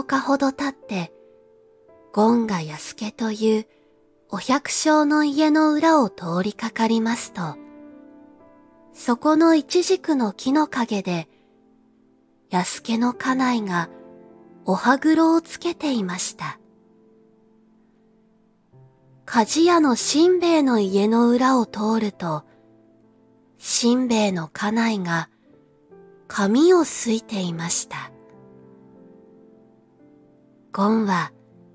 日ほど経って、ゴンが安家というお百姓の家の裏を通りかかりますと、そこのイチジクの木の陰で、安家の家内がお歯黒をつけていました。鍛冶屋のしんべヱの家の裏を通ると、しんべヱの家内が髪をすいていました。ゴンは、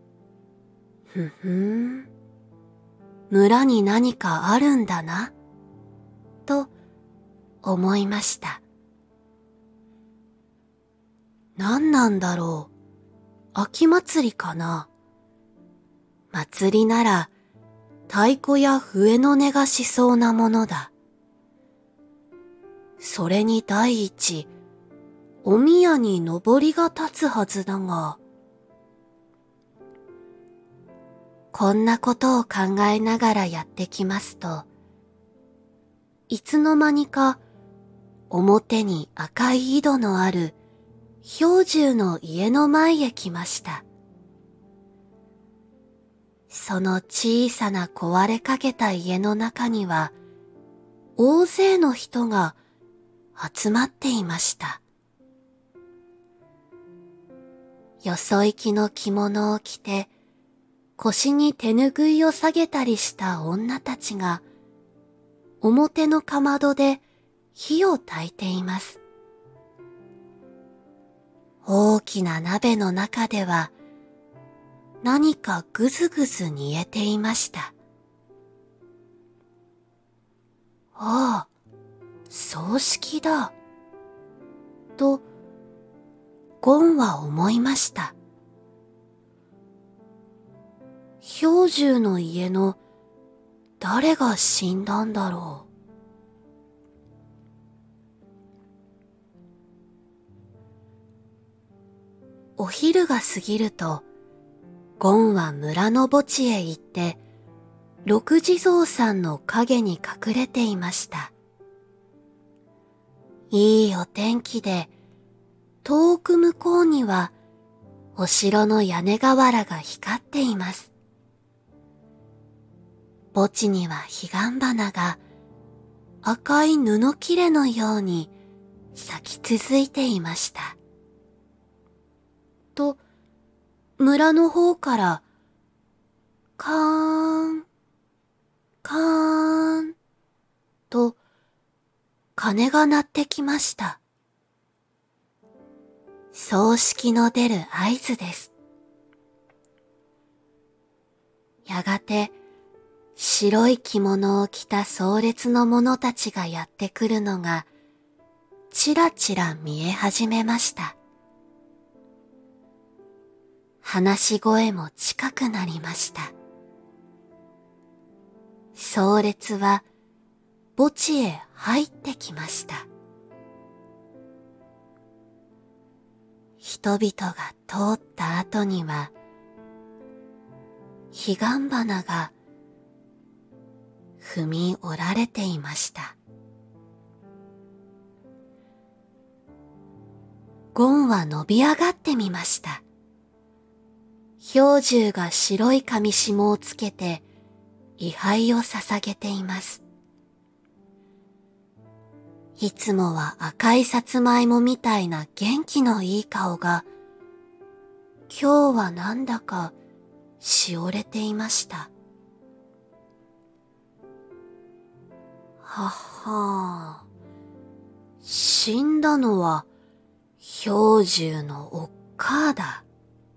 村に何かあるんだな、と思いました。何なんだろう、秋祭りかな。祭りなら太鼓や笛の音がしそうなものだ。それに第一、お宮に上りが立つはずだが、こんなことを考えながらやってきますと、いつの間にか表に赤い井戸のある兵十の家の前へ来ました。その小さな壊れかけた家の中には、大勢の人が集まっていました。よそ行きの着物を着て、腰に手ぬぐいを下げたりした女たちが、表のかまどで火を焚いています。大きな鍋の中では、何かぐずぐず煮えていました。ああ、葬式だ。と、ゴンは思いました。兵十の家の誰が死んだんだろう。お昼が過ぎると、ゴンは村の墓地へ行って、六地蔵さんの影に隠れていました。いいお天気で、遠く向こうにはお城の屋根瓦が光っています。墓地には彼岸花が赤い布切れのように咲き続いていました。と、村の方からカーン、カーンと鐘が鳴ってきました。葬式の出る合図です。やがて白い着物を着た葬列の者たちがやってくるのがちらちら見え始めました。話し声も近くなりました。葬列は墓地へ入ってきました。人々が通った後には、彼岸花が踏み折られていました。ゴンは伸び上がってみました。兵十が白い紙紐をつけて位牌を捧げています。いつもは赤いさつまいもみたいな元気のいい顔が、今日はなんだかしおれていました。はっはー、死んだのは兵十のおっかあだ。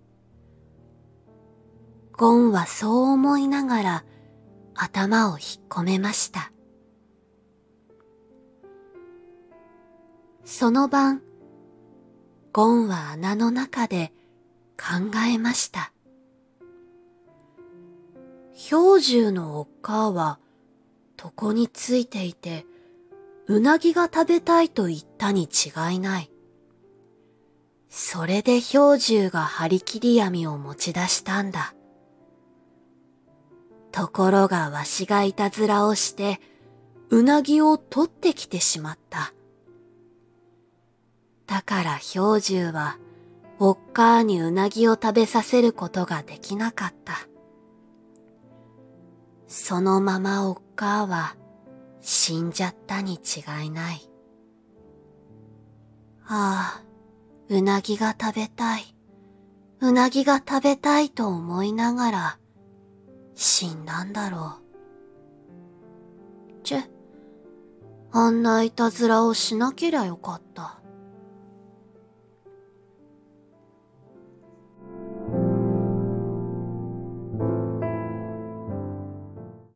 ゴンはそう思いながら頭を引っ込めました。その晩、ゴンは穴の中で考えました。兵十のおっかあは床についていて、うなぎが食べたいと言ったに違いない。それで兵十が張り切り網を持ち出したんだ。ところがわしがいたずらをして、うなぎを取ってきてしまった。だから兵十はおっかーにうなぎを食べさせることができなかった。そのままおっかーは死んじゃったに違いない。ああ、うなぎが食べたい、うなぎが食べたいと思いながら死んだんだろう。あんないたずらをしなけりゃよかった。